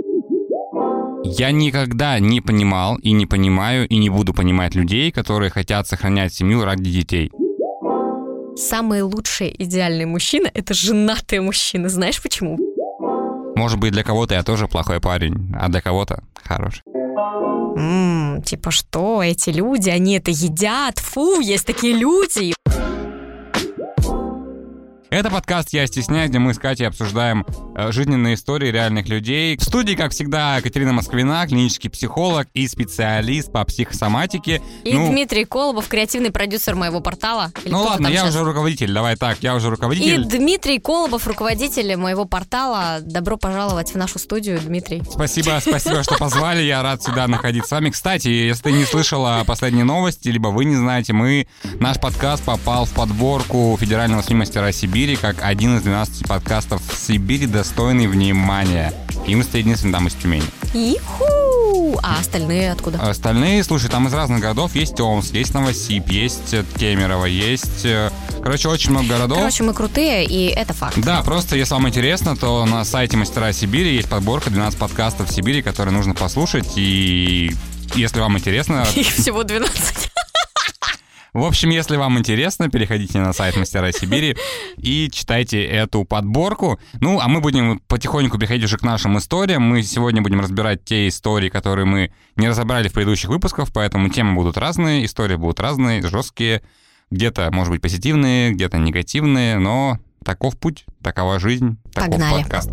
Я никогда не понимал и не понимаю и не буду понимать людей, которые хотят сохранять семью ради детей. Самые лучшие идеальные мужчины – это женатые мужчины. Знаешь почему? Может быть, для кого-то я тоже плохой парень, а для кого-то хороший. Типа что? Эти люди, они это едят? Фу, есть такие люди. Это подкаст «Я стесняюсь», где мы с Катей обсуждаем жизненные истории реальных людей. В студии, как всегда, Катерина Москвина, клинический психолог и специалист по психосоматике. И Дмитрий Колобов, креативный продюсер моего портала. Ну ладно, я уже руководитель, давай так, я уже руководитель. И Дмитрий Колобов, руководитель моего портала. Добро пожаловать в нашу студию, Дмитрий. Спасибо, что позвали, я рад всегда находиться с вами. Кстати, если ты не слышала последние новости, либо вы не знаете, наш подкаст попал в подборку Федерального судмастера Сибири как один из 12 подкастов в Сибири, достойный внимания. И мы единственный там из Тюмени. Иху! А остальные откуда? Остальные, слушай, там из разных городов. Есть Омск, есть Новосиб, есть Кемерово, есть... Короче, очень много городов. Короче, мы крутые, и это факт. Да, просто если вам интересно, то на сайте Мастера Сибири есть подборка 12 подкастов в Сибири, которые нужно послушать. И если вам интересно... Их всего 12. В общем, если вам интересно, переходите на сайт Мастера Сибири и читайте эту подборку. Ну, а мы будем потихоньку переходить уже к нашим историям. Мы сегодня будем разбирать те истории, которые мы не разобрали в предыдущих выпусках, поэтому темы будут разные, истории будут разные, жесткие, где-то, может быть, позитивные, где-то негативные, но таков путь, такова жизнь, таков подкаст.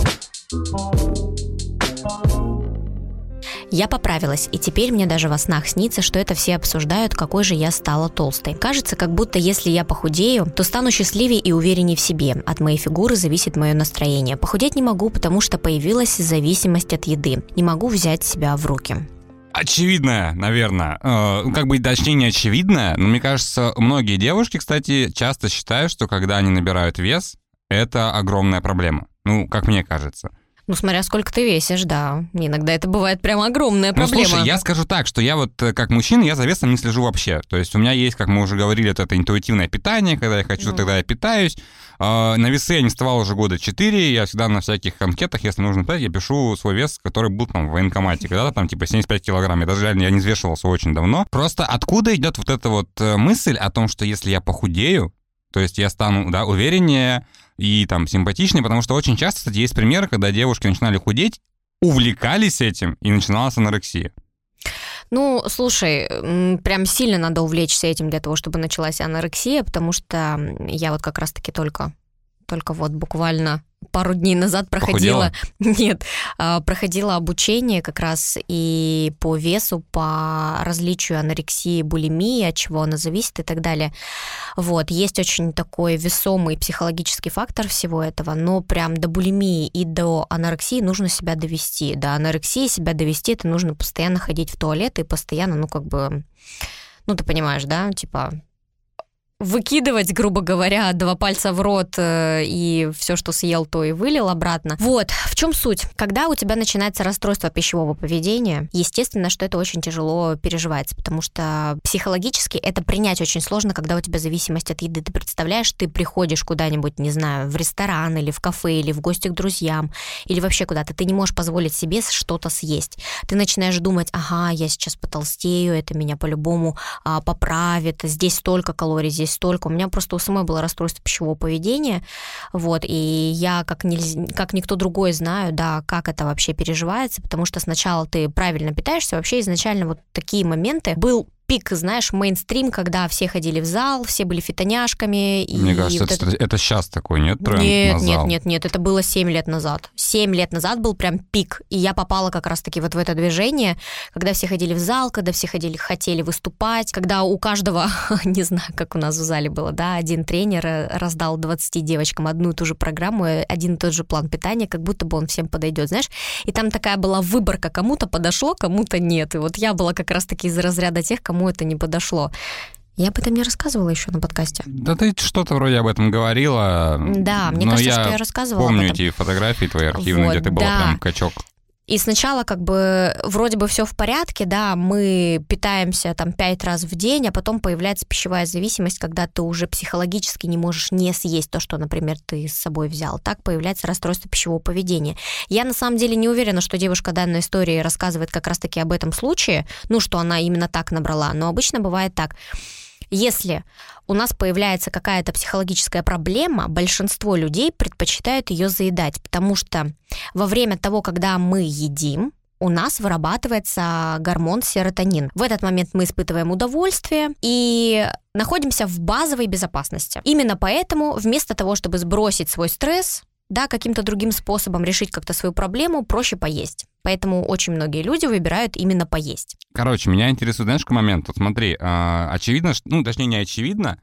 Я поправилась, и теперь мне даже во снах снится, что это все обсуждают, какой же я стала толстой. Кажется, как будто если я похудею, то стану счастливее и увереннее в себе. От моей фигуры зависит мое настроение. Похудеть не могу, потому что появилась зависимость от еды. Не могу взять себя в руки. Очевидно, наверное. Точнее, не очевидно, но мне кажется, многие девушки, кстати, часто считают, что когда они набирают вес, это огромная проблема. Ну, как мне кажется. Ну, смотря сколько ты весишь, да. Иногда это бывает прям огромная проблема. Ну, слушай, я скажу так, что я вот как мужчина, я за весом не слежу вообще. То есть у меня есть, как мы уже говорили, это интуитивное питание, когда я хочу, тогда я питаюсь. На весы я не вставал уже года 4, я всегда на всяких анкетах, если нужно питать, я пишу свой вес, который был там в военкомате. Когда-то там типа 75 килограмм, я даже реально не взвешивался очень давно. Просто откуда идет вот эта вот мысль о том, что если я похудею, то есть я стану, увереннее и там симпатичнее, потому что очень часто, кстати, есть примеры, когда девушки начинали худеть, увлекались этим, и начиналась анорексия. Ну, слушай, прям сильно надо увлечься этим для того, чтобы началась анорексия, потому что я вот как раз-таки только вот буквально пару дней назад проходила обучение как раз и по весу, по различию анорексии, булимии, от чего она зависит и так далее. Вот, есть очень такой весомый психологический фактор всего этого, но прям до булимии и до анорексии нужно себя довести. До анорексии себя довести, это нужно постоянно ходить в туалет и постоянно, ты понимаешь, да, типа... выкидывать, грубо говоря, 2 пальца в рот и все, что съел, то и вылил обратно. Вот, в чем суть? Когда у тебя начинается расстройство пищевого поведения, естественно, что это очень тяжело переживается, потому что психологически это принять очень сложно, когда у тебя зависимость от еды. Ты представляешь, ты приходишь куда-нибудь, не знаю, в ресторан или в кафе, или в гости к друзьям, или вообще куда-то, ты не можешь позволить себе что-то съесть. Ты начинаешь думать, я сейчас потолстею, это меня по-любому поправит, здесь столько калорий, здесь столько. У меня просто у самой было расстройство пищевого поведения, вот, и я как никто другой знаю, да, как это вообще переживается, потому что сначала ты правильно питаешься, вообще изначально вот такие моменты был пик, знаешь, мейнстрим, когда все ходили в зал, все были фитоняшками. Мне кажется, это сейчас такой, нет? Нет, это было 7 лет назад. 7 лет назад был прям пик, и я попала как раз-таки вот в это движение, когда все ходили в зал, когда все хотели выступать, когда у каждого, не знаю, как у нас в зале было, да, один тренер раздал 20 девочкам одну и ту же программу, один и тот же план питания, как будто бы он всем подойдет, знаешь, и там такая была выборка, кому-то подошло, кому-то нет, и вот я была как раз-таки из разряда тех, кому это не подошло. Я об этом не рассказывала еще на подкасте. Да ты что-то вроде об этом говорила. Да, мне кажется, что я рассказывала помню об этом. эти фотографии твои архивные, где ты была прям качок. И сначала как бы вроде бы все в порядке, да, мы питаемся там 5 раз в день, а потом появляется пищевая зависимость, когда ты уже психологически не можешь не съесть то, что, например, ты с собой взял. Так появляется расстройство пищевого поведения. Я на самом деле не уверена, что девушка данной истории рассказывает как раз-таки об этом случае, что она именно так набрала, но обычно бывает так. Если у нас появляется какая-то психологическая проблема, большинство людей предпочитают ее заедать, потому что во время того, когда мы едим, у нас вырабатывается гормон серотонин. В этот момент мы испытываем удовольствие и находимся в базовой безопасности. Именно поэтому вместо того, чтобы сбросить свой стресс, да, каким-то другим способом решить как-то свою проблему, проще поесть. Поэтому очень многие люди выбирают именно поесть. Короче, меня интересует, знаешь, какой момент? Вот смотри, очевидно, точнее, не очевидно,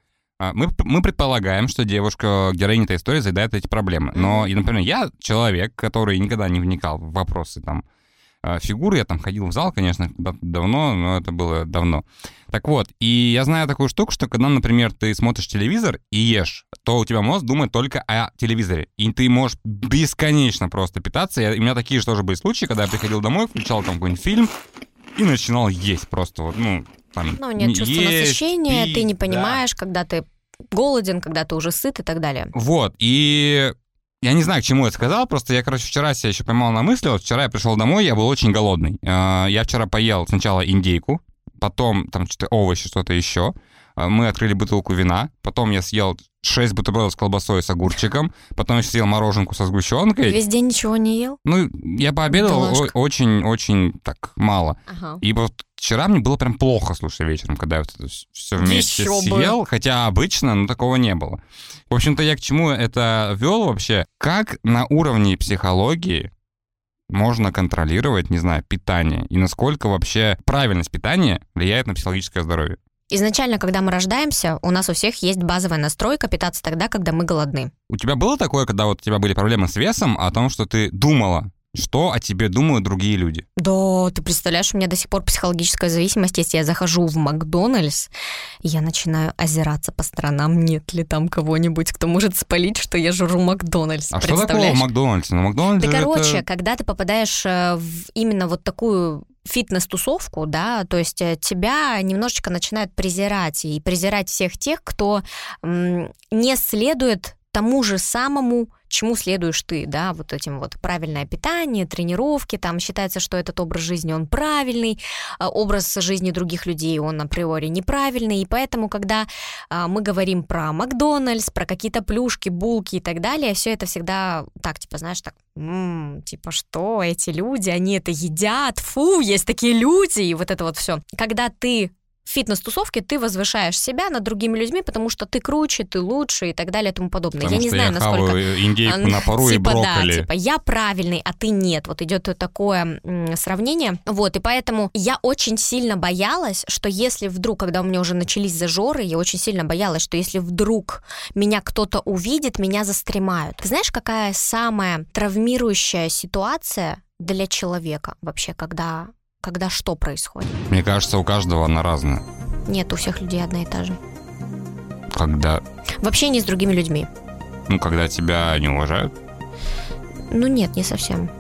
мы предполагаем, что девушка, героиня этой истории, заедает эти проблемы. Но, например, я человек, который никогда не вникал в вопросы там фигуры, я там ходил в зал, конечно, давно, но это было давно. Так вот, и я знаю такую штуку, что когда, например, ты смотришь телевизор и ешь, то у тебя мозг думает только о телевизоре, и ты можешь бесконечно просто питаться. У меня такие же тоже были случаи, когда я приходил домой, включал там какой-нибудь фильм и начинал есть просто вот, там, нет чувства насыщения, пить, ты не понимаешь, когда ты голоден, когда ты уже сыт и так далее. Вот, и я не знаю, к чему я сказал, просто я, вчера себя еще поймал на мысли, вот вчера я пришел домой, я был очень голодный. Я вчера поел сначала индейку, потом там что-то овощи, что-то еще. Мы открыли бутылку вина, потом я съел 6 бутербродов с колбасой и с огурчиком, потом я съел мороженку со сгущенкой. Весь день ничего не ел? Я пообедал очень-очень так мало. Ага. И вот вчера мне было прям плохо, слушай, вечером, когда я вот это все вместе съел, хотя обычно, такого не было. В общем-то, я к чему это вел вообще? Как на уровне психологии можно контролировать, не знаю, питание? И насколько вообще правильность питания влияет на психологическое здоровье? Изначально, когда мы рождаемся, у нас у всех есть базовая настройка питаться тогда, когда мы голодны. У тебя было такое, когда вот у тебя были проблемы с весом, о том, что ты думала, что о тебе думают другие люди? Да, ты представляешь, у меня до сих пор психологическая зависимость, если я захожу в Макдональдс, я начинаю озираться по сторонам, нет ли там кого-нибудь, кто может спалить, что я жру Макдональдс. А что такого в Макдональдсе? Да, когда ты попадаешь в именно вот такую фитнес-тусовку, да, то есть тебя немножечко начинают презирать, и презирать всех тех, кто не следует тому же самому, чему следуешь ты, да, вот этим вот правильное питание, тренировки, там считается, что этот образ жизни, он правильный, образ жизни других людей, он априори неправильный, и поэтому, когда мы говорим про Макдональдс, про какие-то плюшки, булки и так далее, все это всегда так, типа, знаешь, так, типа, что эти люди, они это едят, фу, есть такие люди, и вот это вот все. Когда ты в фитнес-тусовке, ты возвышаешь себя над другими людьми, потому что ты круче, ты лучше и так далее и тому подобное. Потому я не знаю, насколько... индейку на пару и брокколи. Да, типа, я правильный, а ты нет. Вот идет такое сравнение. Вот, и поэтому я очень сильно боялась, что если вдруг, когда у меня уже начались зажоры, я очень сильно боялась, что если вдруг меня кто-то увидит, меня застремают. Ты знаешь, какая самая травмирующая ситуация для человека вообще, когда что происходит? Мне кажется, у каждого она разная. Нет, у всех людей одна и та же. Когда? В общении с другими людьми. Когда тебя не уважают? Нет, не совсем.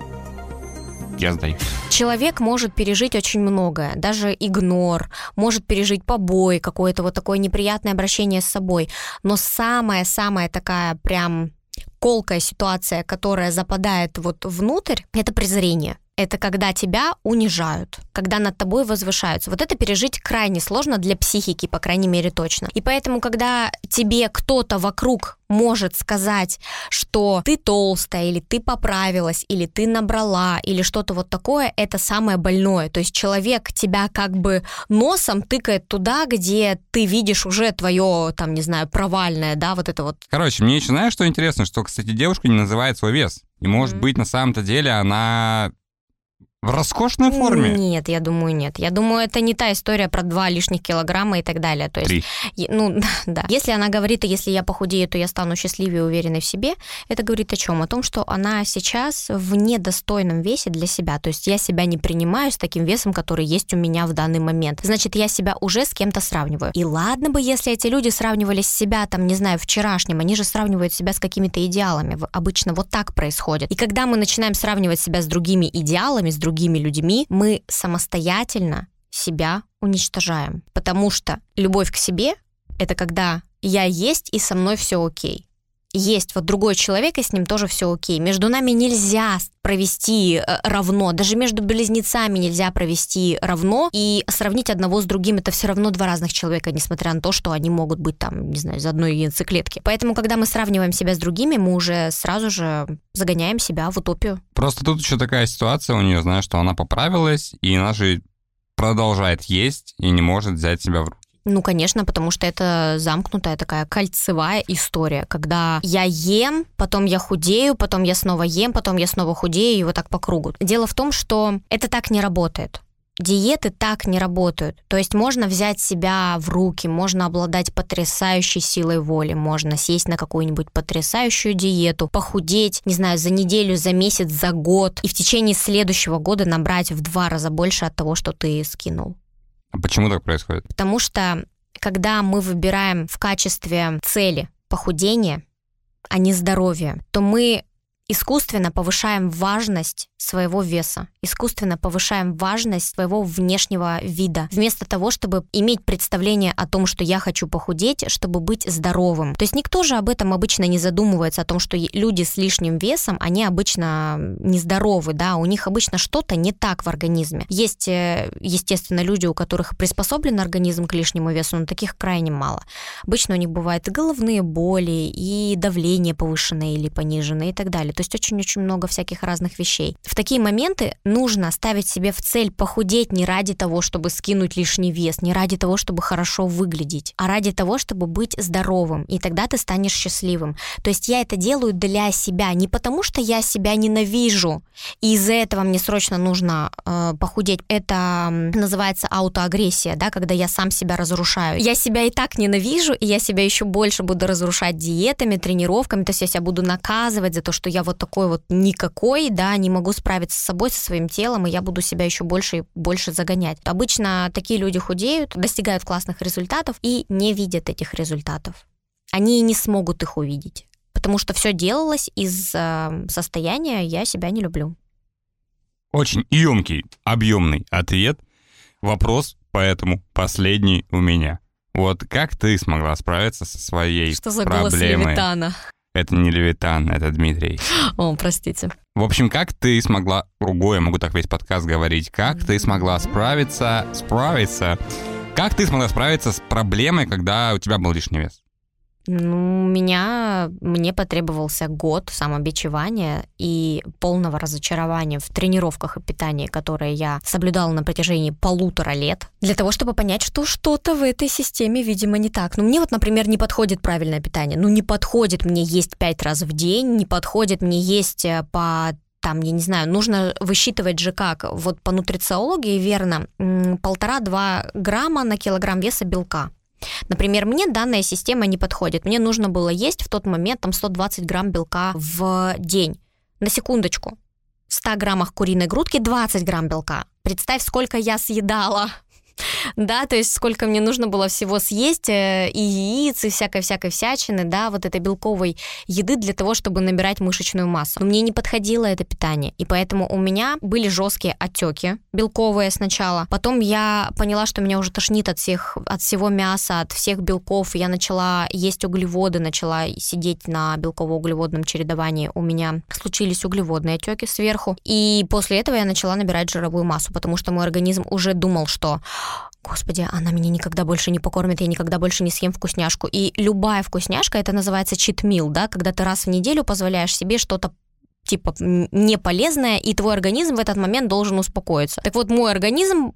Я сдаюсь. Человек может пережить очень многое, даже игнор, может пережить побои, какое-то вот такое неприятное обращение с собой. Но самая такая прям колкая ситуация, которая западает вот внутрь, это презрение. Это когда тебя унижают, когда над тобой возвышаются. Вот это пережить крайне сложно для психики, по крайней мере, точно. И поэтому, когда тебе кто-то вокруг может сказать, что ты толстая, или ты поправилась, или ты набрала, или что-то вот такое, это самое больное. То есть человек тебя как бы носом тыкает туда, где ты видишь уже твое, там, не знаю, провальное, да, вот это вот. Короче, мне еще знаешь, что интересно, что, кстати, девушка не называет свой вес. И, может быть, на самом-то деле она В роскошной форме? Нет, я думаю, нет. Я думаю, это не та история про 2 лишних килограмма и так далее. То есть, 3. Да. Если она говорит, если я похудею, то я стану счастливее и уверенной в себе, это говорит о чем? О том, что она сейчас в недостойном весе для себя. То есть я себя не принимаю с таким весом, который есть у меня в данный момент. Значит, я себя уже с кем-то сравниваю. И ладно бы, если эти люди сравнивали с себя, там, не знаю, вчерашним, они же сравнивают себя с какими-то идеалами. Обычно вот так происходит. И когда мы начинаем сравнивать себя с другими идеалами, с другими людьми, мы самостоятельно себя уничтожаем. Потому что любовь к себе — это когда я есть, и со мной все окей. Есть вот другой человек, и с ним тоже все окей. Между нами нельзя провести равно, даже между близнецами нельзя провести равно, и сравнить одного с другим — это все равно 2 разных человека, несмотря на то, что они могут быть там, не знаю, из одной яйцеклетки. Поэтому, когда мы сравниваем себя с другими, мы уже сразу же загоняем себя в утопию. Просто тут еще такая ситуация у нее, знаешь, что она поправилась, и она же продолжает есть и не может взять себя в руки. Ну, конечно, потому что это замкнутая такая кольцевая история, когда я ем, потом я худею, потом я снова ем, потом я снова худею, и вот так по кругу. Дело в том, что это так не работает. Диеты так не работают. То есть можно взять себя в руки, можно обладать потрясающей силой воли, можно сесть на какую-нибудь потрясающую диету, похудеть, не знаю, за неделю, за месяц, за год, и в течение следующего года набрать в 2 раза больше от того, что ты скинул. А почему так происходит? Потому что, когда мы выбираем в качестве цели похудение, а не здоровье, то мы искусственно повышаем важность своего веса, искусственно повышаем важность своего внешнего вида, вместо того, чтобы иметь представление о том, что я хочу похудеть, чтобы быть здоровым. То есть никто же об этом обычно не задумывается, о том, что люди с лишним весом, они обычно нездоровы, да, у них обычно что-то не так в организме. Есть, естественно, люди, у которых приспособлен организм к лишнему весу, но таких крайне мало. Обычно у них бывают и головные боли, и давление повышенное или пониженное и так далее. То есть очень-очень много всяких разных вещей. В такие моменты нужно ставить себе в цель похудеть не ради того, чтобы скинуть лишний вес, не ради того, чтобы хорошо выглядеть, а ради того, чтобы быть здоровым. И тогда ты станешь счастливым. То есть я это делаю для себя, не потому что я себя ненавижу, и из-за этого мне срочно нужно похудеть. Это называется аутоагрессия, да, когда я сам себя разрушаю. Я себя и так ненавижу, и я себя еще больше буду разрушать диетами, тренировками, то есть я себя буду наказывать за то, что я вот такой вот никакой, да, не могу справиться с собой, со своим телом, и я буду себя еще больше и больше загонять. Обычно такие люди худеют, достигают классных результатов и не видят этих результатов. Они не смогут их увидеть, потому что все делалось из состояния «я себя не люблю». Очень емкий, объемный ответ. Вопрос, поэтому последний у меня. Вот как ты смогла справиться со своей проблемой? Что за голос Левитана? Это не Левитан, это Дмитрий. О, простите. В общем, как ты смогла... я могу так весь подкаст говорить. Как ты смогла справиться... Как ты смогла справиться с проблемой, когда у тебя был лишний вес? Мне потребовался год самобичевания и полного разочарования в тренировках и питании, которые я соблюдала на протяжении 1,5 лет, для того, чтобы понять, что что-то в этой системе, видимо, не так. Мне вот, например, не подходит правильное питание. Не подходит мне есть 5 раз в день, не подходит мне есть по... я не знаю, нужно высчитывать же как. Вот по нутрициологии верно, 1,5-2 грамма на килограмм веса белка. Например, мне данная система не подходит. Мне нужно было есть в тот момент 120 грамм белка в день. На секундочку. В 100 граммах куриной грудки 20 грамм белка. Представь, сколько я съедала. Да, то есть сколько мне нужно было всего съесть, и яиц, и всякой всячины, да, вот этой белковой еды для того, чтобы набирать мышечную массу. Но мне не подходило это питание, и поэтому у меня были жесткие отеки белковые сначала. Потом я поняла, что меня уже тошнит от всего мяса, от всех белков, и я начала есть углеводы, начала сидеть на белково-углеводном чередовании. У меня случились углеводные отеки сверху, и после этого я начала набирать жировую массу, потому что мой организм уже думал, что Господи, она меня никогда больше не покормит, я никогда больше не съем вкусняшку. И любая вкусняшка, это называется cheat meal, да, когда ты раз в неделю позволяешь себе что-то типа неполезное, и твой организм в этот момент должен успокоиться. Так вот, мой организм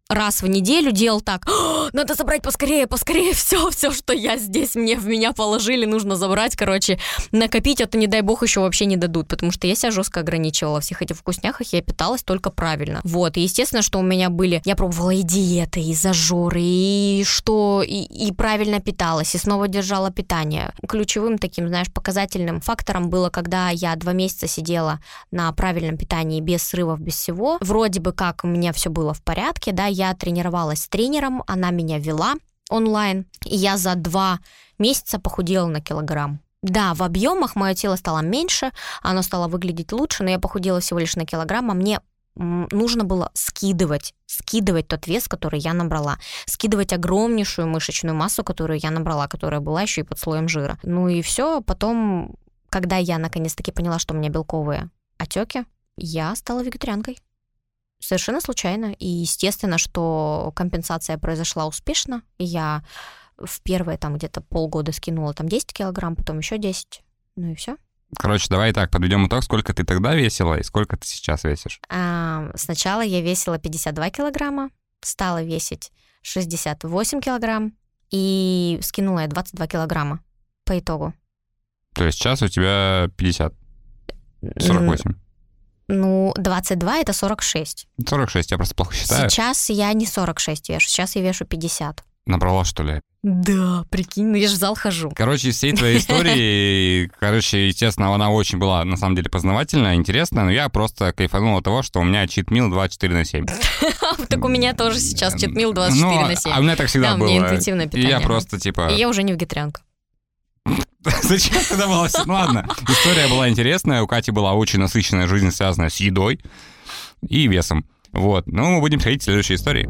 раз в неделю делал так: надо забрать поскорее, все, что я здесь, в меня положили, нужно забрать, накопить, а то, не дай бог, еще вообще не дадут, потому что я себя жестко ограничивала в всех этих вкусняхах, я питалась только правильно. Вот, и естественно, что у меня были, я пробовала и диеты, и зажоры, и правильно питалась, и снова держала питание. Ключевым таким, знаешь, показательным фактором было, когда я 2 месяца сидела на правильном питании, без срывов, без всего. Вроде бы как у меня все было в порядке, да, я тренировалась с тренером, она меня вела онлайн, и я за 2 месяца похудела на килограмм. Да, в объемах мое тело стало меньше, оно стало выглядеть лучше, но я похудела всего лишь на килограмм, а мне нужно было скидывать тот вес, который я набрала, скидывать огромнейшую мышечную массу, которую я набрала, которая была еще и под слоем жира. Ну и все, потом, когда я наконец-таки поняла, что у меня белковые отеки, я стала вегетарианкой. Совершенно случайно. И естественно, что компенсация произошла успешно. И я в первые там где-то полгода скинула там 10 килограмм, потом еще 10. Ну и все. Короче, давай так, подведем итог. Сколько ты тогда весила и сколько ты сейчас весишь? Сначала я весила 52 килограмма, стала весить 68 килограмм и скинула я 22 килограмма по итогу. То есть сейчас у тебя 50? 48? 22 — это 46. 46, я просто плохо считаю. Сейчас я не 46 вешу, сейчас я вешу 50. Набрала, что ли? Да, прикинь, я же в зал хожу. Короче, из всей твоей истории, естественно, она очень была, на самом деле, познавательная, интересная, но я просто кайфанул от того, что у меня чит-мил 24/7. Так у меня тоже сейчас чит-мил 24/7. А у меня так всегда было. Да, у меня интуитивное питание. И я просто, И я уже не вегетарианка. Зачем тогда было все? Ну ладно, история была интересная, у Кати была очень насыщенная жизнь, связанная с едой и весом. Вот, ну мы будем переходить к следующей истории.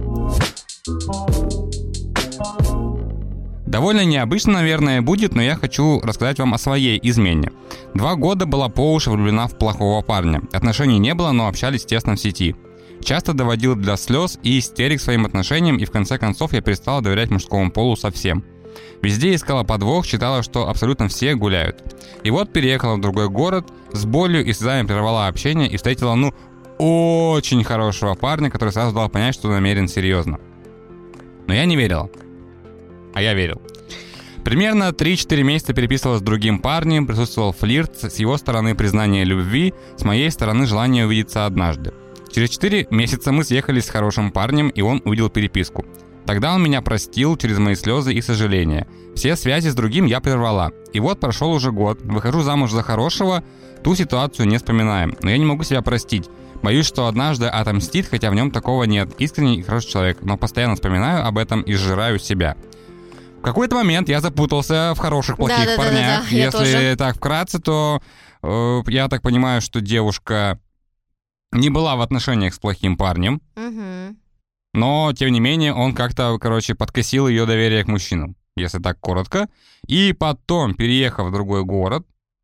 Довольно необычно, наверное, будет, но я хочу рассказать вам о своей измене. 2 года была по уши влюблена в плохого парня. Отношений не было, но общались тесно в сети. Часто доводил до слез и истерик своим отношениям, и в конце концов я перестала доверять мужскому полу совсем. Везде искала подвох, считала, что абсолютно все гуляют. И вот переехала в другой город, с болью и слезами прервала общение и встретила, очень хорошего парня, который сразу дал понять, что намерен серьезно. Но я не верила. А я верил. Примерно 3-4 месяца переписывалась с другим парнем, присутствовал флирт, с его стороны признание любви, с моей стороны желание увидеться однажды. Через 4 месяца мы съехались с хорошим парнем, и он увидел переписку. Тогда он меня простил через мои слезы и сожаления. Все связи с другим я прервала. И вот прошел уже год, выхожу замуж за хорошего, ту ситуацию не вспоминаем. Но я не могу себя простить. Боюсь, что однажды отомстит, хотя в нем такого нет. Искренний и хороший человек, но постоянно вспоминаю об этом и сжираю себя. В какой-то момент я запутался в хороших, плохих парнях. Да, если так вкратце, то я так понимаю, что девушка не была в отношениях с плохим парнем. Угу. Но, тем не менее, он как-то, подкосил ее доверие к мужчинам, если так коротко. И потом, переехав в другой город...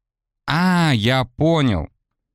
я понял.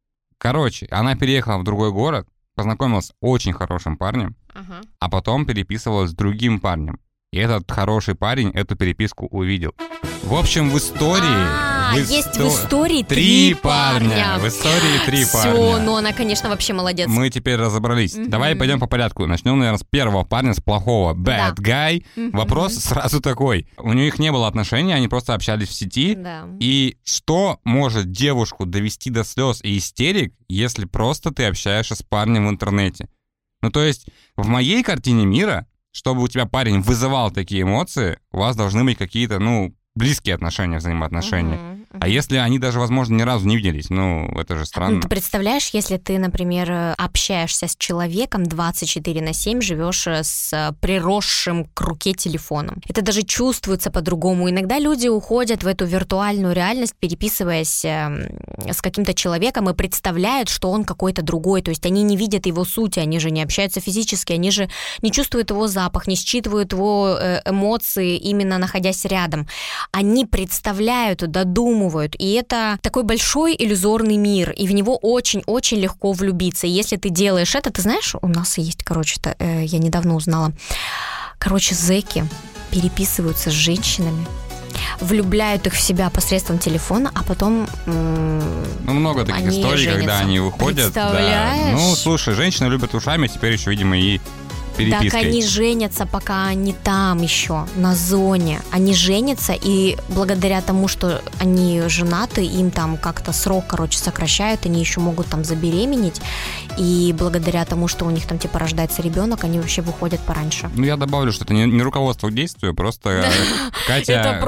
Она переехала в другой город, познакомилась с очень хорошим парнем, а потом переписывалась с другим парнем. И этот хороший парень эту переписку увидел. В общем, в истории... есть в истории 3 парня. В истории 3 парня. Все, но она, конечно, вообще молодец. Мы теперь разобрались. Давай пойдем по порядку. Начнем, наверное, с первого парня, с плохого. Bad guy. Вопрос сразу такой. У них не было отношений, они просто общались в сети. Да. И что может девушку довести до слез и истерик, если просто ты общаешься с парнем в интернете? То есть, в моей картине мира, чтобы у тебя парень вызывал такие эмоции, у вас должны быть какие-то, близкие отношения, взаимоотношения. А если они даже, возможно, ни разу не виделись, это же странно. Ты представляешь, если ты, например, общаешься с человеком 24/7, живешь с приросшим к руке телефоном. Это даже чувствуется по-другому. Иногда люди уходят в эту виртуальную реальность, переписываясь с каким-то человеком и представляют, что он какой-то другой. То есть они не видят его сути, они же не общаются физически, они же не чувствуют его запах, не считывают его эмоции, именно находясь рядом. Они представляют, додумывают, и это такой большой иллюзорный мир, и в него очень-очень легко влюбиться. И если ты делаешь это, ты знаешь, у нас есть, я недавно узнала, зэки переписываются с женщинами, влюбляют их в себя посредством телефона, а потом много таких историй, женятся. Когда они выходят. Представляешь? Да. Слушай, женщины любят ушами, теперь еще, видимо, и перепиской. Так они женятся, пока они там еще, на зоне. Они женятся, и благодаря тому, что они женаты, им там как-то срок, сокращают, они еще могут там забеременеть, и благодаря тому, что у них там типа рождается ребенок, они вообще выходят пораньше. Ну, я добавлю, что это не руководство к действию, просто Катя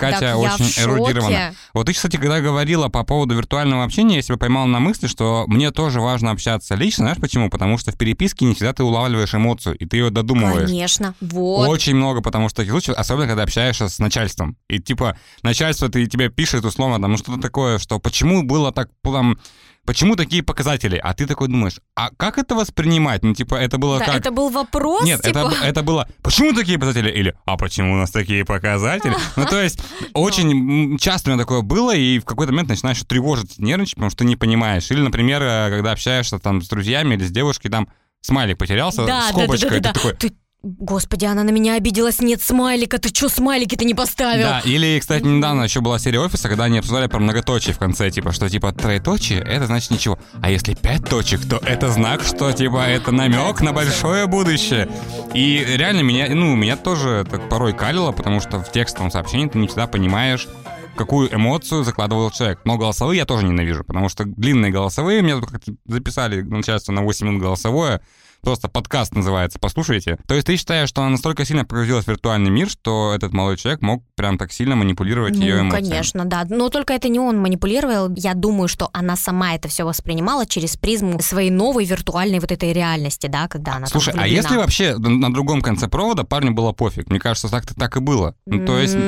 очень эрудирована. Вот ты, кстати, когда говорила по поводу виртуального общения, я себя поймал на мысли, что мне тоже важно общаться лично. Знаешь почему? Потому что в переписке не всегда ты улавливаешь эмоцию, и ты ее додумываешь. Конечно, вот. Очень много, потому что таких случаев, особенно когда общаешься с начальством. И типа начальство тебе пишет условно, там, ну что-то такое, что почему было так, там, почему такие показатели? А ты такой думаешь, а как это воспринимать? Ну, типа, это было как... это был вопрос, Нет, типа... это было, почему такие показатели? Или, а почему у нас такие показатели? Ну, то есть, очень часто у меня такое было, и в какой-то момент начинаешь тревожиться, нервничать, потому что ты не понимаешь. Или, например, когда общаешься там с друзьями или с девушкой, там, смайлик потерялся, скобочкой, ты такой... Господи, она на меня обиделась, нет смайлика, ты чё смайлики-то не поставил? Да, или, кстати, недавно еще была серия «Офиса», когда они обсуждали про многоточие в конце, типа, что, типа, троеточие, это значит ничего. А если 5 точек, то это знак, что, типа, это намек на большое будущее. И реально меня тоже так порой калило, потому что в текстовом сообщении ты не всегда понимаешь, какую эмоцию закладывал человек. Но голосовые я тоже ненавижу, потому что длинные голосовые, меня тут как-то записали начальство на 8 минут голосовое, просто подкаст называется, послушайте. То есть ты считаешь, что она настолько сильно погрузилась в виртуальный мир, что этот молодой человек мог прям так сильно манипулировать ее эмоциями? Конечно, да. Но только это не он манипулировал. Я думаю, что она сама это все воспринимала через призму своей новой виртуальной вот этой реальности, да, когда она Слушай, а если вообще на другом конце провода парню было пофиг? Мне кажется, так и было. Ну, то есть...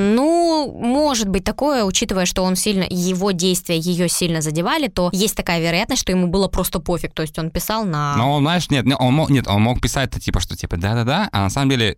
может быть такое, учитывая, что его действия ее сильно задевали, то есть такая вероятность, что ему было просто пофиг. То есть он писал на... Но, знаешь, он мог писать-то типа да-да-да, а на самом деле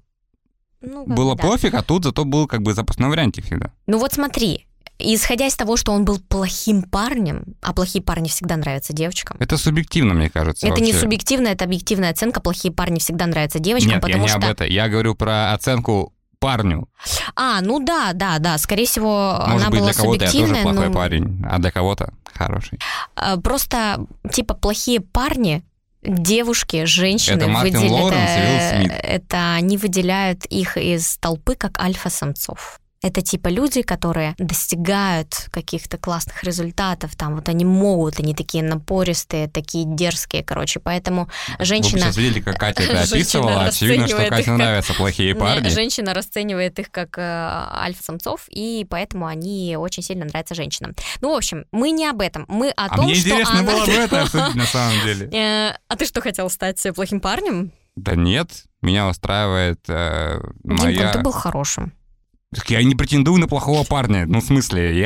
было пофиг, а тут зато был как бы запасной вариантик всегда. Ну вот смотри, исходя из того, что он был плохим парнем, а плохие парни всегда нравятся девочкам. Это субъективно, мне кажется. Это вообще. Не субъективно, это объективная оценка. Плохие парни всегда нравятся девочкам, Нет, потому я что... не об этом. Я говорю про оценку парню. Ну да, скорее всего, Может она быть, была для кого-то я субъективная. тоже плохой парень, а для кого-то хороший. Просто, типа, плохие парни, девушки, женщины, это Мартин Лоуренс и Уилл Смит. Это они выделяют их из толпы как альфа-самцов. Это типа люди, которые достигают каких-то классных результатов, там вот они могут, они такие напористые, такие дерзкие, поэтому женщина... Вы сейчас видели, как Катя это описывала, очевидно, что Кате нравятся плохие парни. Женщина расценивает их как альфа-самцов, и поэтому они очень сильно нравятся женщинам. Ну, в общем, мы не об этом, мы о том, мне что интересно она... было бы это обсудить на самом деле. А ты что, хотел стать плохим парнем? Да нет, меня устраивает моя... Дима, ты был хорошим. Я не претендую на плохого парня. Ну, в смысле,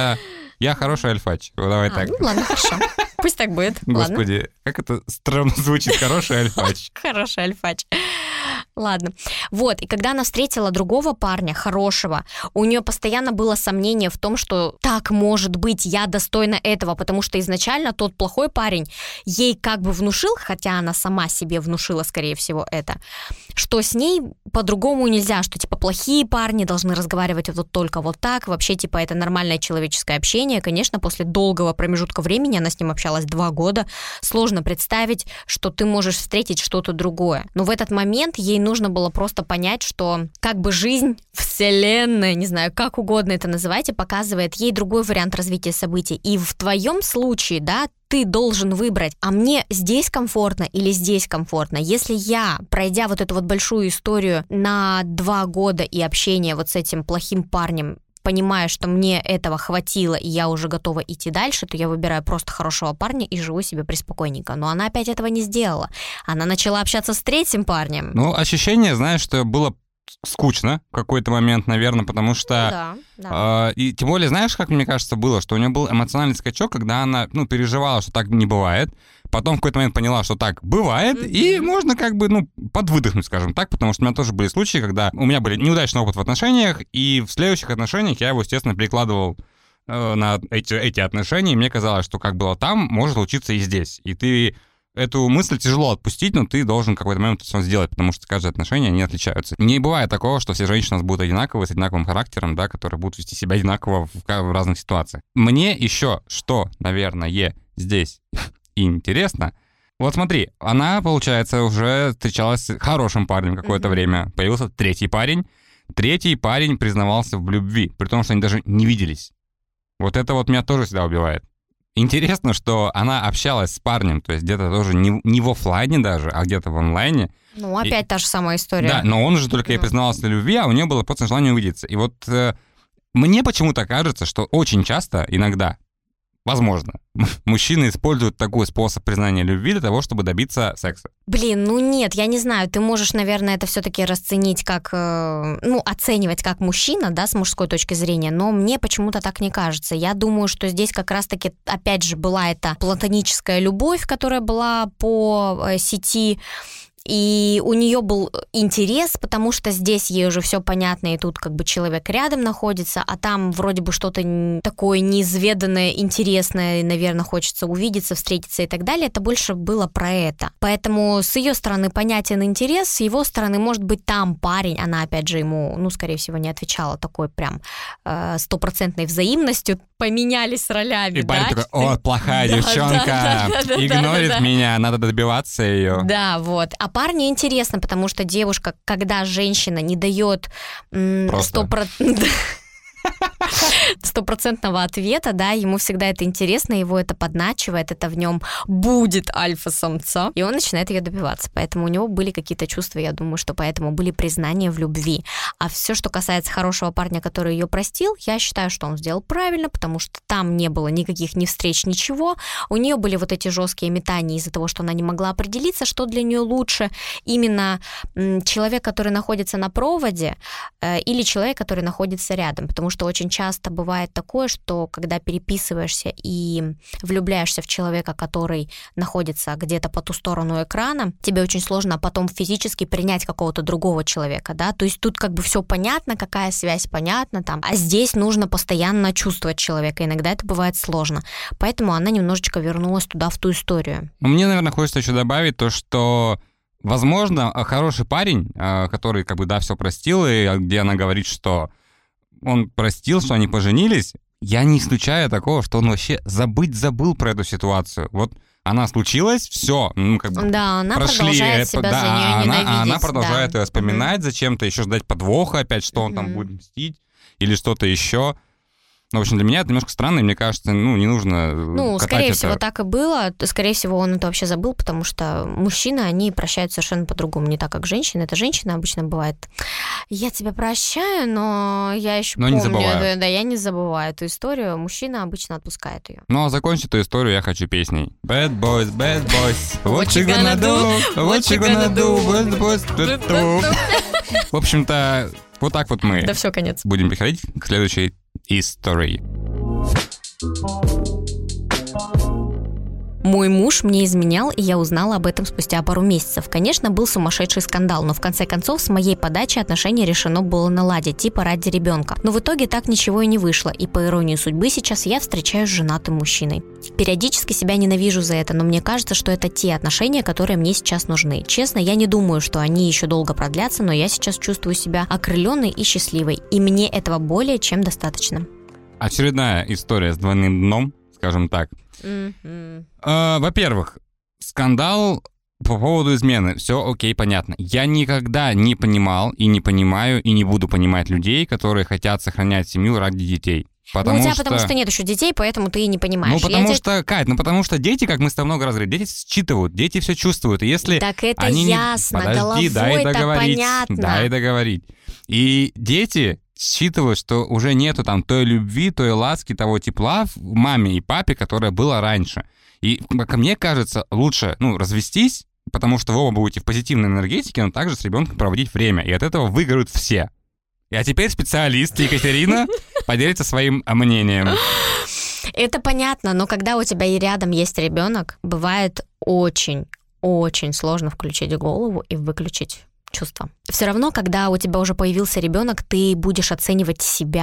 я хороший альфач. Давай так. Ну, ладно, хорошо. Пусть так будет. Господи, ладно. Как это странно звучит, хороший альфач. Хороший альфач. Ладно. Вот, и когда она встретила другого парня, хорошего, у нее постоянно было сомнение в том, что так может быть, я достойна этого, потому что изначально тот плохой парень ей как бы внушил, хотя она сама себе внушила, скорее всего, это, что с ней по-другому нельзя, что, типа, плохие парни должны разговаривать вот только вот так, вообще, типа, это нормальное человеческое общение. Конечно, после долгого промежутка времени, она с ним общалась 2 года, сложно представить, что ты можешь встретить что-то другое. Но в этот момент ей нужно было просто понять, что как бы жизнь, вселенная, не знаю, как угодно это называйте, показывает ей другой вариант развития событий. И в твоем случае, да, ты должен выбрать, а мне здесь комфортно или здесь комфортно. Если я, пройдя вот эту вот большую историю на 2 года и общение вот с этим плохим парнем, понимая, что мне этого хватило, и я уже готова идти дальше, то я выбираю просто хорошего парня и живу себе преспокойненько. Но она опять этого не сделала. Она начала общаться с 3-м парнем. Ну, ощущение, знаешь, что было скучно в какой-то момент, наверное, потому что... Да. И тем более, знаешь, как мне кажется, было, что у нее был эмоциональный скачок, когда она, переживала, что так не бывает. Потом в какой-то момент поняла, что так бывает, и можно как бы, подвыдохнуть, скажем так, потому что у меня тоже были случаи, когда у меня были неудачный опыт в отношениях, и в следующих отношениях я его, естественно, перекладывал на эти отношения, и мне казалось, что как было там, может случиться и здесь. И ты эту мысль тяжело отпустить, но ты должен в какой-то момент это сделать, потому что каждое отношение, они отличаются. Не бывает такого, что все женщины у нас будут одинаковые, с одинаковым характером, да, которые будут вести себя одинаково в разных ситуациях. Мне еще что, наверное, здесь интересно, Вот смотри, она, получается, уже встречалась с хорошим парнем какое-то время. Появился третий парень. Третий парень признавался в любви, при том, что они даже не виделись. Вот это вот меня тоже всегда убивает. Интересно, что она общалась с парнем, то есть где-то тоже не в офлайне даже, а где-то в онлайне. Ну, опять та же самая история. Да, но он уже только ей признавался в любви, а у нее было просто желание увидеться. И вот мне почему-то кажется, что очень часто, иногда, возможно, мужчины используют такой способ признания любви для того, чтобы добиться секса. Блин, ну нет, я не знаю, ты можешь, наверное, это все-таки расценить как, оценивать как мужчина, да, с мужской точки зрения, но мне почему-то так не кажется. Я думаю, что здесь как раз-таки, опять же, была эта платоническая любовь, которая была по сети, и у нее был интерес, потому что здесь ей уже все понятно, и тут как бы человек рядом находится, а там вроде бы что-то такое неизведанное, интересное, и, наверное, хочется увидеться, встретиться и так далее. Это больше было про это. Поэтому с ее стороны понятен интерес, с его стороны, может быть, там парень, она, опять же, ему, скорее всего, не отвечала такой прям 100% взаимностью, поменялись ролями. И парень такой: о, плохая девчонка, игнорит меня, надо добиваться ее. Да, вот. А парню интересно, потому что девушка, когда женщина не дает 100% ответа, да, ему всегда это интересно, его это подначивает, это в нем будет альфа-самца, и он начинает ее добиваться. Поэтому у него были какие-то чувства, я думаю, что поэтому были признания в любви. А все, что касается хорошего парня, который ее простил, я считаю, что он сделал правильно, потому что там не было никаких ни встреч, ничего. У нее были вот эти жесткие метания из-за того, что она не могла определиться, что для нее лучше. Именно человек, который находится на проводе, или человек, который находится рядом, потому что очень часто бывает такое, что когда переписываешься и влюбляешься в человека, который находится где-то по ту сторону экрана, тебе очень сложно потом физически принять какого-то другого человека, да, то есть тут как бы все понятно, какая связь понятна там, а здесь нужно постоянно чувствовать человека, иногда это бывает сложно, поэтому она немножечко вернулась туда, в ту историю. Мне, наверное, хочется еще добавить то, что возможно, хороший парень, который как бы, да, все простил, и где она говорит, что он простил, что они поженились, я не исключаю такого, что он вообще забыл про эту ситуацию. Вот она случилась, все, да, она прошли продолжает это, себя за нее ненавидеть. Она продолжает ее вспоминать зачем-то, еще ждать подвоха опять, что он там будет мстить или что-то еще. Ну, в общем, для меня это немножко странно, и мне кажется, не нужно скорее всего, так и было. Скорее всего, он это вообще забыл, потому что мужчины, они прощают совершенно по-другому, не так, как женщины. Это женщина обычно бывает: я тебя прощаю, но я еще помню. Не забываю. Да, я не забываю эту историю. Мужчина обычно отпускает ее. Ну, а закончить эту историю я хочу песней. Bad boys, what you gonna do, what you gonna do, bad boys. В общем-то, вот так вот мы все, конец. Будем переходить к следующей истории. Мой муж мне изменял, и я узнала об этом спустя пару месяцев. Конечно, был сумасшедший скандал, но в конце концов с моей подачи отношения решено было наладить, типа ради ребенка. Но в итоге так ничего и не вышло, и по иронии судьбы сейчас я встречаюсь с женатым мужчиной. Периодически себя ненавижу за это, но мне кажется, что это те отношения, которые мне сейчас нужны. Честно, я не думаю, что они еще долго продлятся, но я сейчас чувствую себя окрыленной и счастливой, и мне этого более чем достаточно. Очередная история с двойным дном, скажем так. Во-первых, скандал по поводу измены. Все окей, понятно. Я никогда не понимал и не понимаю и не буду понимать людей, которые хотят сохранять семью ради детей. Потому что нет еще детей, поэтому ты и не понимаешь. Кать, потому что дети, как мы с тобой много раз говорили, дети считывают, дети все чувствуют. И если так это они ясно, Подожди, головой-то понятно. Дай договорить. И дети считывают, что уже нету там той любви, той ласки, того тепла в маме и папе, которое было раньше. И, как мне кажется, лучше, развестись, потому что вы оба будете в позитивной энергетике, но также с ребенком проводить время. И от этого выиграют все. А теперь специалист Екатерина поделится своим мнением. Это понятно, но когда у тебя и рядом есть ребенок, бывает очень сложно включить голову и выключить чувства. Все равно, когда у тебя уже появился ребенок, ты будешь оценивать себя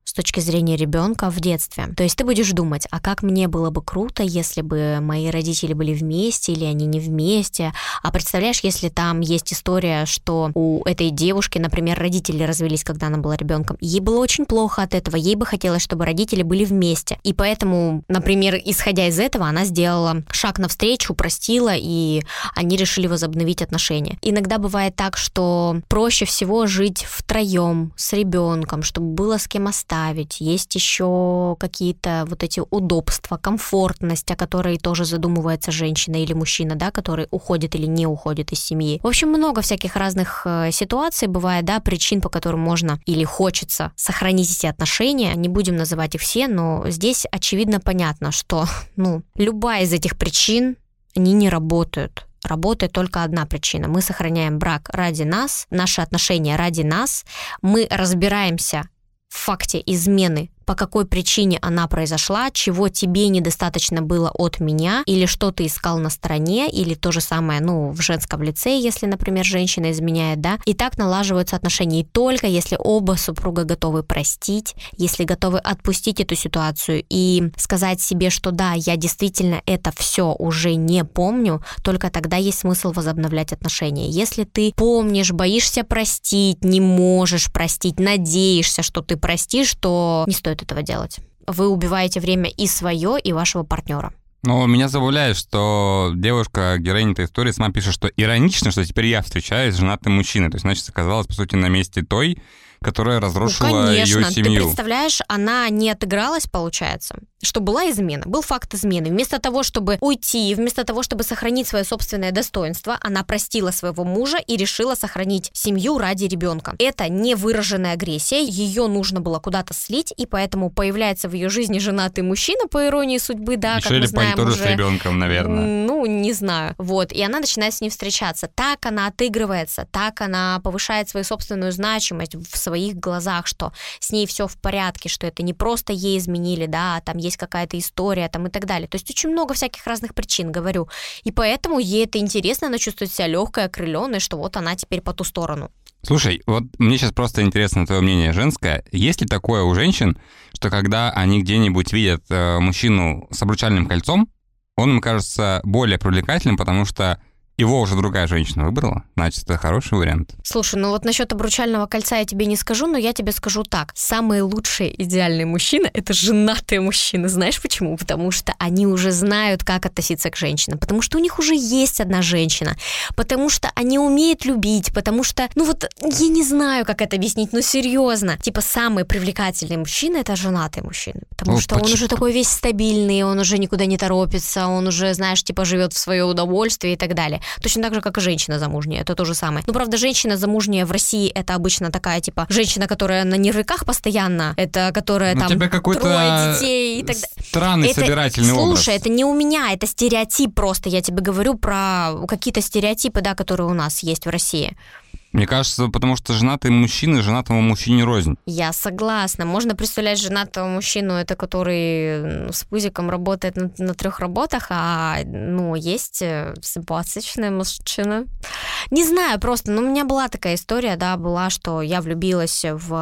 с точки зрения ребенка в детстве. То есть ты будешь думать, а как мне было бы круто, если бы мои родители были вместе или они не вместе. А представляешь, если там есть история, что у этой девушки, например, родители развелись, когда она была ребенком, ей было очень плохо от этого, ей бы хотелось, чтобы родители были вместе. И поэтому, например, исходя из этого, она сделала шаг навстречу, простила, и они решили возобновить отношения. Иногда бывает так, что проще всего жить втроем с ребенком, чтобы было с кем оставить. Есть еще какие-то вот эти удобства, комфортность, о которой тоже задумывается женщина или мужчина, да, который уходит или не уходит из семьи. В общем, много всяких разных ситуаций бывает, да, причин, по которым можно или хочется сохранить эти отношения. Не будем называть их все, но здесь очевидно понятно, что, любая из этих причин, они не работают. Работает только одна причина. Мы сохраняем брак ради нас, наши отношения ради нас, мы разбираемся в факте измены, по какой причине она произошла, чего тебе недостаточно было от меня, или что ты искал на стороне, или то же самое, в женском лице, если, например, женщина изменяет, да, и так налаживаются отношения. И только если оба супруга готовы простить, если готовы отпустить эту ситуацию и сказать себе, что да, я действительно это все уже не помню, только тогда есть смысл возобновлять отношения. Если ты помнишь, боишься простить, не можешь простить, надеешься, что ты простишь, то не стоит этого делать. Вы убиваете время и свое, и вашего партнера. Но меня забавляет, что девушка, героиня этой истории, сама пишет, что иронично, что теперь я встречаюсь с женатым мужчиной. То есть, значит, оказалась, по сути, на месте той, которая разрушила ее семью. Конечно, ты представляешь, она не отыгралась, получается, что была измена, был факт измены. Вместо того, чтобы уйти, вместо того, чтобы сохранить свое собственное достоинство, она простила своего мужа и решила сохранить семью ради ребенка. Это невыраженная агрессия, ее нужно было куда-то слить, и поэтому появляется в ее жизни женатый мужчина, по иронии судьбы, да, как мы знаем тоже уже. С ребенком, наверное. Не знаю. Вот, и она начинает с ним встречаться. Так она отыгрывается, так она повышает свою собственную значимость в своих глазах, что с ней все в порядке, что это не просто ей изменили, да, там есть какая-то история там и так далее. То есть очень много всяких разных причин, говорю. И поэтому ей это интересно, она чувствует себя легкой, окрыленной, что вот она теперь по ту сторону. Слушай, вот мне сейчас просто интересно твое мнение женское. Есть ли такое у женщин, что когда они где-нибудь видят мужчину с обручальным кольцом, он им кажется более привлекательным, потому что его уже другая женщина выбрала, значит, это хороший вариант. Слушай, вот насчет обручального кольца я тебе не скажу, но я тебе скажу так. Самые лучшие идеальные мужчины — это женатые мужчины. Знаешь почему? Потому что они уже знают, как относиться к женщинам, потому что у них уже есть одна женщина, потому что они умеют любить, потому что, я не знаю, как это объяснить, серьезно. Самый привлекательный мужчина — это женатый мужчина, потому что он уже такой весь стабильный, он уже никуда не торопится, он уже, знаешь, живет в свое удовольствие и так далее. Точно так же, как и женщина замужняя, это то же самое. Правда, женщина замужняя в России — это обычно такая, женщина, которая на нервиках постоянно, это которая там тебя какой-то трое детей и так далее. Странный собирательный образ. Слушай, это не у меня, это стереотип просто. Я тебе говорю про какие-то стереотипы, да, которые у нас есть в России. Мне кажется, потому что женатые мужчины женатому мужчине рознь. Я согласна. Можно представлять женатого мужчину, это который с пузиком работает на 3 работах, а есть симпатичный мужчина. Не знаю, просто, у меня была такая история, да, была, что я влюбилась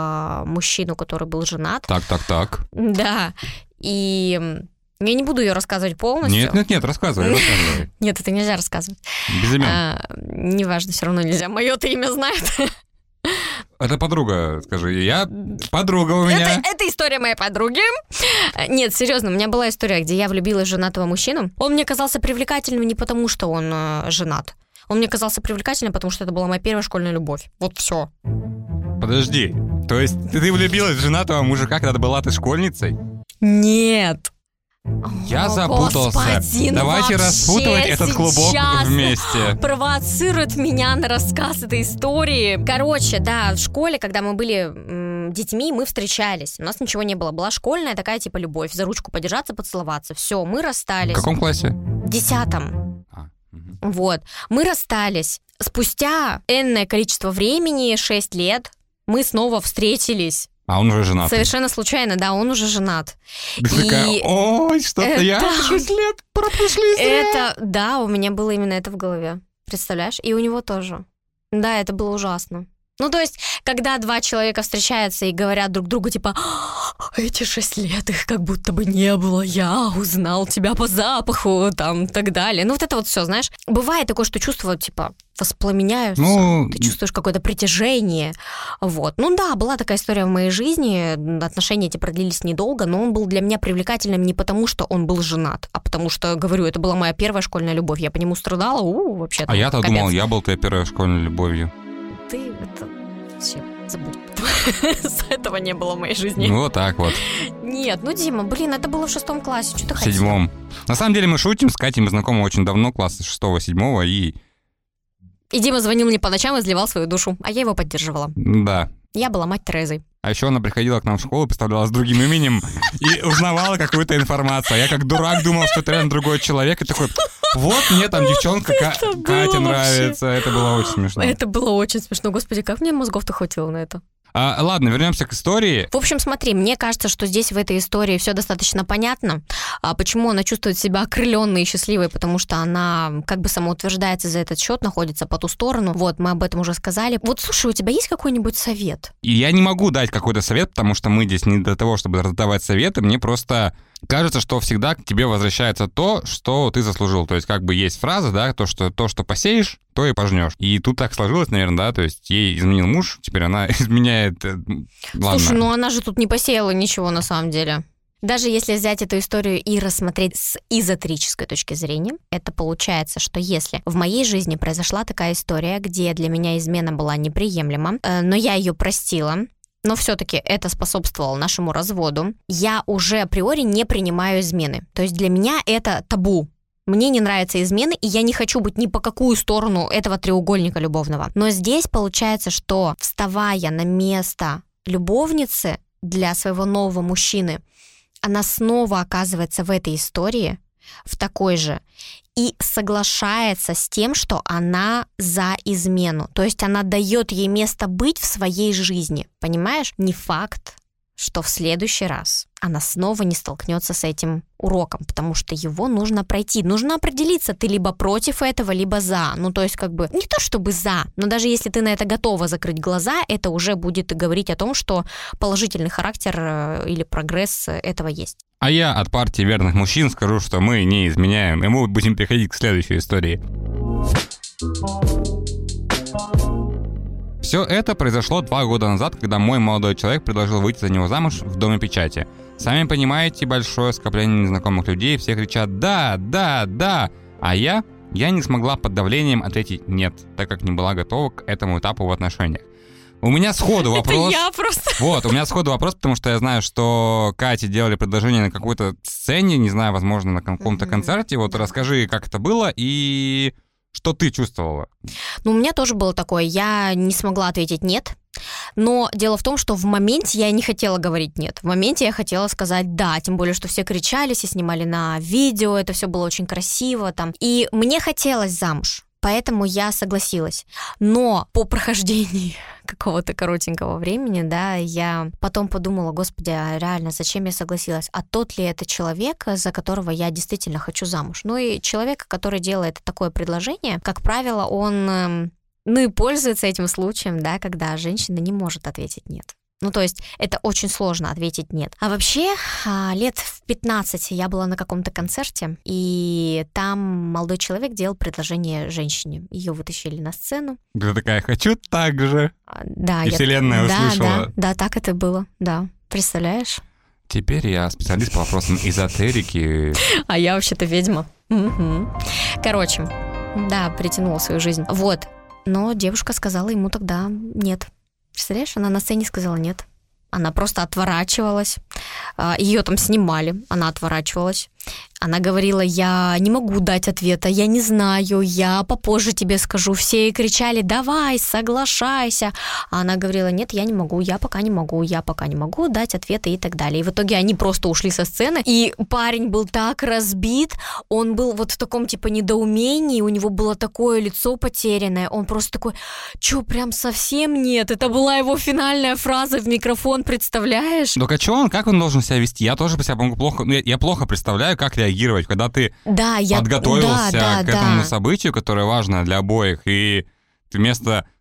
в мужчину, который был женат. Так. Да, и... Я не буду ее рассказывать полностью. Нет, рассказывай. Нет, это нельзя рассказывать. Без имен. Неважно, все равно нельзя. Мое-то имя знает. Это подруга, скажи. Подруга у меня. Это история моей подруги. Нет, серьезно, у меня была история, где я влюбилась в женатого мужчину. Он мне казался привлекательным не потому, что он женат. Он мне казался привлекательным, потому что это была моя первая школьная любовь. Вот все. Подожди, то есть ты влюбилась в женатого мужика, когда была ты школьницей? Нет. Я запутался. Господин, давайте распутывать этот клубок вместе. Провоцирует меня на рассказ этой истории. Короче, да, в школе, когда мы были детьми, мы встречались. У нас ничего не было. Была школьная такая любовь. За ручку подержаться, поцеловаться. Все, мы расстались. В каком классе? В 10. Вот. Мы расстались. Спустя энное количество времени, 6 лет, мы снова встретились. А он уже женат. Совершенно случайно, да, он уже женат. Такая, ой, что-то я 6 лет пропустили зря. Да, у меня было именно это в голове. Представляешь? И у него тоже. Да, это было ужасно. Ну, то есть, когда два человека встречаются и говорят друг другу, типа, эти 6 лет их как будто бы не было, я узнал тебя по запаху, там, так далее. Ну, вот это вот все, знаешь. Бывает такое, что чувства, типа, воспламеняются, ты чувствуешь какое-то притяжение, вот. Ну да, была такая история в моей жизни, отношения эти продлились недолго, но он был для меня привлекательным не потому, что он был женат, а потому что, говорю, это была моя первая школьная любовь, я по нему страдала, вообще. А я-то думал, я был твоей первой школьной любовью. Ты это все забудь. С этого не было в моей жизни. Ну, вот так вот. Нет, ну, Дима, блин, это было в 6 классе, что ты хотел? В 7. На самом деле мы шутим, с Катей мы знакомы очень давно, класса 6-7, и Дима звонил мне по ночам и изливал свою душу, а я его поддерживала. Да. Я была мать Терезой. А еще она приходила к нам в школу, представлялась другим именем и узнавала какую-то информацию. А я как дурак думал, что это реально другой человек, и такой, вот мне там девчонка Катя нравится. Это было очень смешно. Это было очень смешно. Господи, как мне мозгов-то хватило на это? Ладно, вернемся к истории. В общем, смотри, мне кажется, что здесь в этой истории все достаточно понятно. Почему она чувствует себя окрыленной и счастливой, потому что она как бы самоутверждается за этот счет, находится по ту сторону. Вот, мы об этом уже сказали. Вот, слушай, у тебя есть какой-нибудь совет? И я не могу дать какой-то совет, потому что мы здесь не для того, чтобы раздавать советы. Мне просто кажется, что всегда к тебе возвращается то, что ты заслужил. То есть как бы есть фраза, да, то, что посеешь, то и пожнешь. И тут так сложилось, наверное, да, то есть ей изменил муж, теперь она изменяет... Ладно. Слушай, ну она же тут не посеяла ничего на самом деле. Даже если взять эту историю и рассмотреть с эзотерической точки зрения, это получается, что если в моей жизни произошла такая история, где для меня измена была неприемлема, но я ее простила, но все-таки это способствовало нашему разводу, я уже априори не принимаю измены. То есть для меня это табу. Мне не нравятся измены, и я не хочу быть ни по какую сторону этого треугольника любовного. Но здесь получается, что вставая на место любовницы для своего нового мужчины, она снова оказывается в этой истории, в такой же, и соглашается с тем, что она за измену. То есть она дает ей место быть в своей жизни. Понимаешь? Не факт, что в следующий раз она снова не столкнется с этим уроком, потому что его нужно пройти. Нужно определиться, ты либо против этого, либо за. Ну, то есть как бы не то чтобы за, но даже если ты на это готова закрыть глаза, это уже будет говорить о том, что положительный характер или прогресс этого есть. А я от партии верных мужчин скажу, что мы не изменяем, и мы будем переходить к следующей истории. Все это произошло 2 года назад, когда мой молодой человек предложил выйти за него замуж в Доме печати. Сами понимаете, большое скопление незнакомых людей, все кричат «да, да, да», а я не смогла под давлением ответить «нет», так как не была готова к этому этапу в отношениях. У меня сходу вопрос. Это я просто. Вот, у меня сходу вопрос, потому что я знаю, что Кате делали предложение на какой-то сцене, не знаю, возможно, на каком-то концерте. Вот расскажи, как это было и что ты чувствовала? Ну, у меня тоже было такое. Я не смогла ответить «нет». Но дело в том, что в моменте я не хотела говорить «нет». В моменте я хотела сказать «да», тем более, что все кричали, все снимали на видео, это все было очень красиво там. И мне хотелось замуж. Поэтому я согласилась. Но по прохождении какого-то коротенького времени, да, я потом подумала, господи, а реально, зачем я согласилась? А тот ли это человек, за которого я действительно хочу замуж? Ну и человек, который делает такое предложение, как правило, он, ну и пользуется этим случаем, да, когда женщина не может ответить «нет». Ну, то есть это очень сложно ответить «нет». А вообще, лет в 15 я была на каком-то концерте, и там молодой человек делал предложение женщине. Ее вытащили на сцену. Ты такая «хочу так же». Да, и вселенная услышала. Да, так это было, да. Представляешь? Теперь я специалист по вопросам эзотерики. А я вообще-то ведьма. Короче, да, притянула свою жизнь. Вот. Но девушка сказала ему тогда «нет». Представляешь, она на сцене сказала «нет». Она просто отворачивалась. Ее там снимали, она отворачивалась. Она говорила: я не могу дать ответа, я не знаю, я попозже тебе скажу. Все кричали: давай, соглашайся. А она говорила: нет, я не могу, я пока не могу дать ответы и так далее. И в итоге они просто ушли со сцены, и парень был так разбит, он был вот в таком типа недоумении, у него было такое лицо потерянное, он просто такой: чё, прям совсем нет? Это была его финальная фраза в микрофон, представляешь? Ну, как он должен себя вести? Я тоже по себе могу плохо, я плохо представляю, как реагировать, когда ты подготовился к этому событию, которое важно для обоих, и ты вместо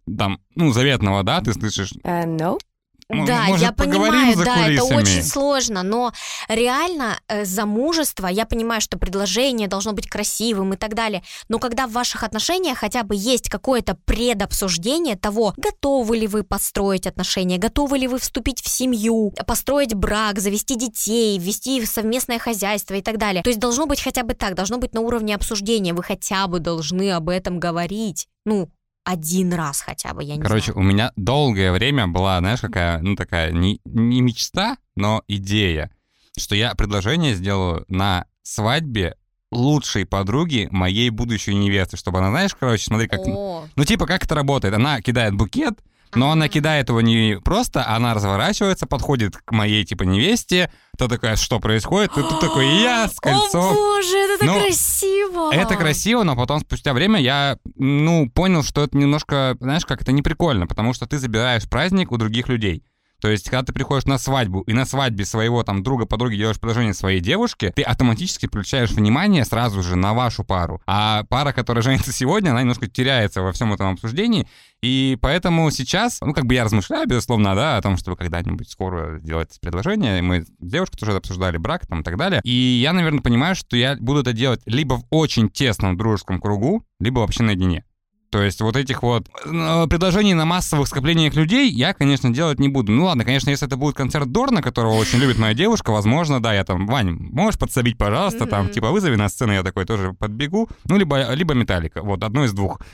там, заветного, да, ты слышишь? No. Да, может, я понимаю, за да, это кулисами? очень сложно, но реально замужество, я понимаю, что предложение должно быть красивым и так далее, но когда в ваших отношениях хотя бы есть какое-то предобсуждение того, готовы ли вы построить отношения, готовы ли вы вступить в семью, построить брак, завести детей, ввести совместное хозяйство и так далее. То есть должно быть хотя бы так, должно быть на уровне обсуждения, вы хотя бы должны об этом говорить, один раз хотя бы, я не знаю. У меня долгое время была, знаешь, какая, такая не мечта, но идея, что я предложение сделаю на свадьбе лучшей подруги моей будущей невесты, чтобы она, знаешь, смотри, как... как это работает. Она кидает букет, но она кидает его не просто, она разворачивается, подходит к моей, невесте, то такая, что происходит? И тут такой, я с кольцом. О, боже, это так красиво! Это красиво, но потом, спустя время, я, понял, что это немножко, знаешь, как это не прикольно, потому что ты забираешь праздник у других людей. То есть, когда ты приходишь на свадьбу, и на свадьбе своего друга, подруги делаешь предложение своей девушке, ты автоматически включаешь внимание сразу же на вашу пару. А пара, которая женится сегодня, она немножко теряется во всем этом обсуждении. И поэтому сейчас, я размышляю, безусловно, да, о том, чтобы когда-нибудь скоро сделать предложение. Мы с девушкой тоже обсуждали брак и так далее. И я, наверное, понимаю, что я буду это делать либо в очень тесном дружеском кругу, либо вообще наедине. То есть вот этих предложений на массовых скоплениях людей я, конечно, делать не буду. Ладно, конечно, если это будет концерт Дорна, которого очень любит моя девушка, возможно, да, я Вань, можешь подсобить, пожалуйста, вызови на сцену, я такой тоже подбегу. Либо Металлика, одно из двух.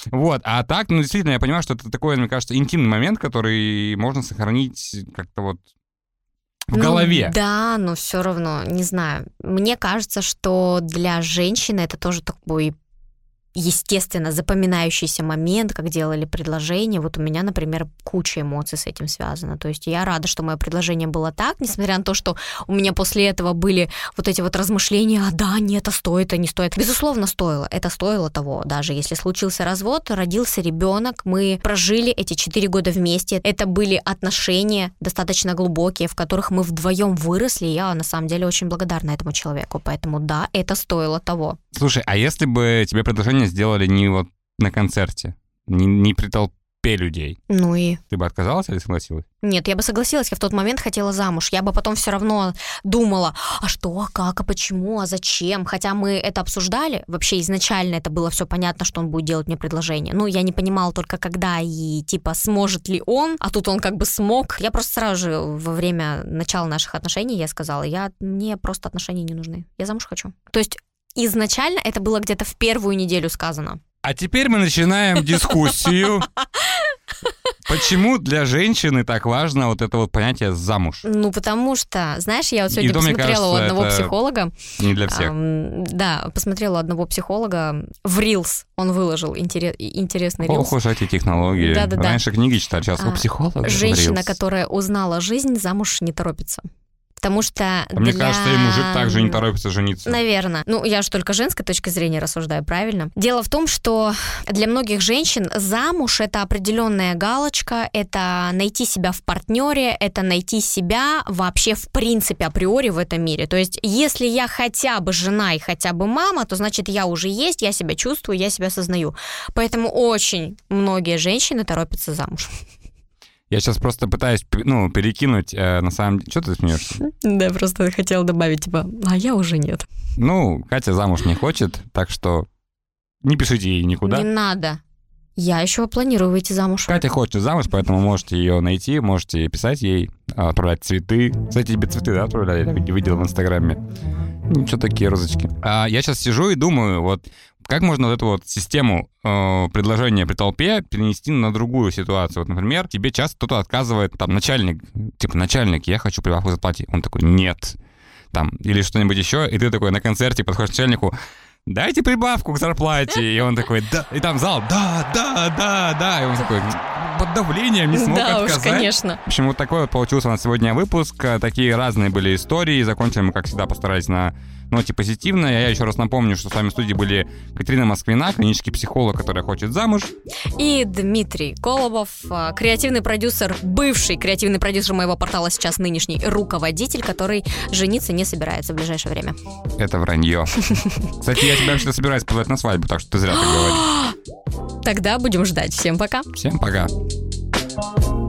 А так, действительно, я понимаю, что это такой, мне кажется, интимный момент, который можно сохранить как-то в голове. Да, но все равно, не знаю. Мне кажется, что для женщины это тоже такой естественно, запоминающийся момент, как делали предложение. Вот у меня, например, куча эмоций с этим связана. То есть я рада, что мое предложение было так, несмотря на то, что у меня после этого были вот эти размышления, нет, это стоит, а не стоит. Безусловно, стоило. Это стоило того. Даже если случился развод, родился ребенок, мы прожили эти 4 года вместе. Это были отношения достаточно глубокие, в которых мы вдвоем выросли. И я, на самом деле, очень благодарна этому человеку. Поэтому, да, это стоило того. Слушай, а если бы тебе предложение сделали не на концерте, не при толпе людей. Ты бы отказалась или согласилась? Нет, я бы согласилась, я в тот момент хотела замуж. Я бы потом все равно думала, а что, а как, а почему, а зачем? Хотя мы это обсуждали, вообще изначально это было все понятно, что он будет делать мне предложение. Я не понимала только когда и сможет ли он, а тут он смог. Я просто сразу же во время начала наших отношений я сказала, мне просто отношения не нужны, я замуж хочу. То есть изначально это было где-то в первую неделю сказано. А теперь мы начинаем дискуссию. Почему для женщины так важно это понятие «замуж»? Потому что, знаешь, я сегодня посмотрела у одного психолога. Не для всех. Да, посмотрела у одного психолога в Reels. Он выложил интересный Reels. Ох уж эти технологии. Да. Раньше книги читали, сейчас у психолога. Женщина, которая узнала жизнь, замуж не торопится. Потому что мне кажется, и мужик также не торопится жениться. Наверное. Я же только женской точки зрения рассуждаю, правильно? Дело в том, что для многих женщин замуж — это определенная галочка, это найти себя в партнере, это найти себя вообще в принципе априори в этом мире. То есть если я хотя бы жена и хотя бы мама, то значит я уже есть, я себя чувствую, я себя осознаю. Поэтому очень многие женщины торопятся замуж. Я сейчас просто пытаюсь, перекинуть, на самом деле... Что ты смеешься? Да, просто хотела добавить, а я уже нет. Катя замуж не хочет, так что не пишите ей никуда. Не надо. Я еще планирую выйти замуж. Катя хочет замуж, поэтому можете ее найти, можете писать ей, отправлять цветы. Кстати, тебе цветы, да, отправляли? Я видел в Инстаграме. Ничего, такие розочки. Я сейчас сижу и думаю, как можно эту систему предложения при толпе перенести на другую ситуацию. Например, тебе часто кто-то отказывает, начальник, начальник, я хочу прибавку к зарплате. Он такой, нет. Или что-нибудь еще, и ты такой на концерте подходишь к начальнику, дайте прибавку к зарплате. И он такой, да. И там зал, да. И он такой, под давлением не смог отказать. Да уж, конечно. В общем, такой получился у нас сегодня выпуск. Такие разные были истории. Закончили мы, как всегда, постарались на ноте позитивной. Я еще раз напомню, что с вами в студии были Катерина Москвина, клинический психолог, которая хочет замуж. И Дмитрий Колобов, креативный продюсер, бывший креативный продюсер моего портала, сейчас нынешний руководитель, который жениться не собирается в ближайшее время. Это вранье. Кстати, я тебя вообще-то собираюсь позвать на свадьбу, так что ты зря так говоришь. Тогда будем ждать. Всем пока. Всем пока.